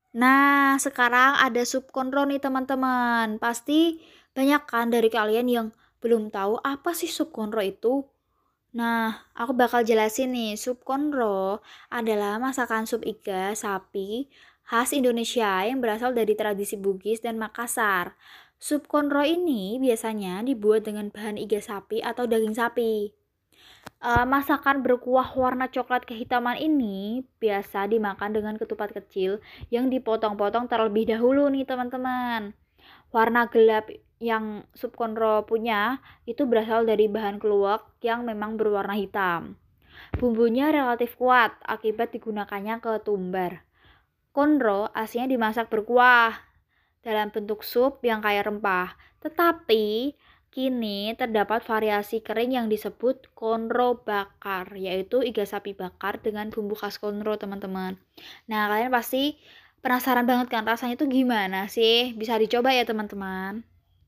Nah, sekarang ada sup konro nih teman-teman. Pasti banyak kan dari kalian yang belum tahu apa sih sup konro itu? Nah, aku bakal jelasin nih, sup konro adalah masakan sup iga sapi khas Indonesia yang berasal dari tradisi Bugis dan Makassar. Sup konro ini biasanya dibuat dengan bahan iga sapi atau daging sapi. Masakan berkuah warna coklat kehitaman ini biasa dimakan dengan ketupat kecil yang dipotong-potong terlebih dahulu nih teman-teman. Warna gelap yang sup konro punya itu berasal dari bahan keluak yang memang berwarna hitam. Bumbunya relatif kuat akibat digunakannya ketumbar. Konro aslinya dimasak berkuah dalam bentuk sup yang kaya rempah, tetapi kini terdapat variasi kering yang disebut konro bakar, yaitu iga sapi bakar dengan bumbu khas konro, teman-teman. Nah, kalian pasti penasaran banget kan rasanya itu gimana sih? Bisa dicoba ya, teman-teman.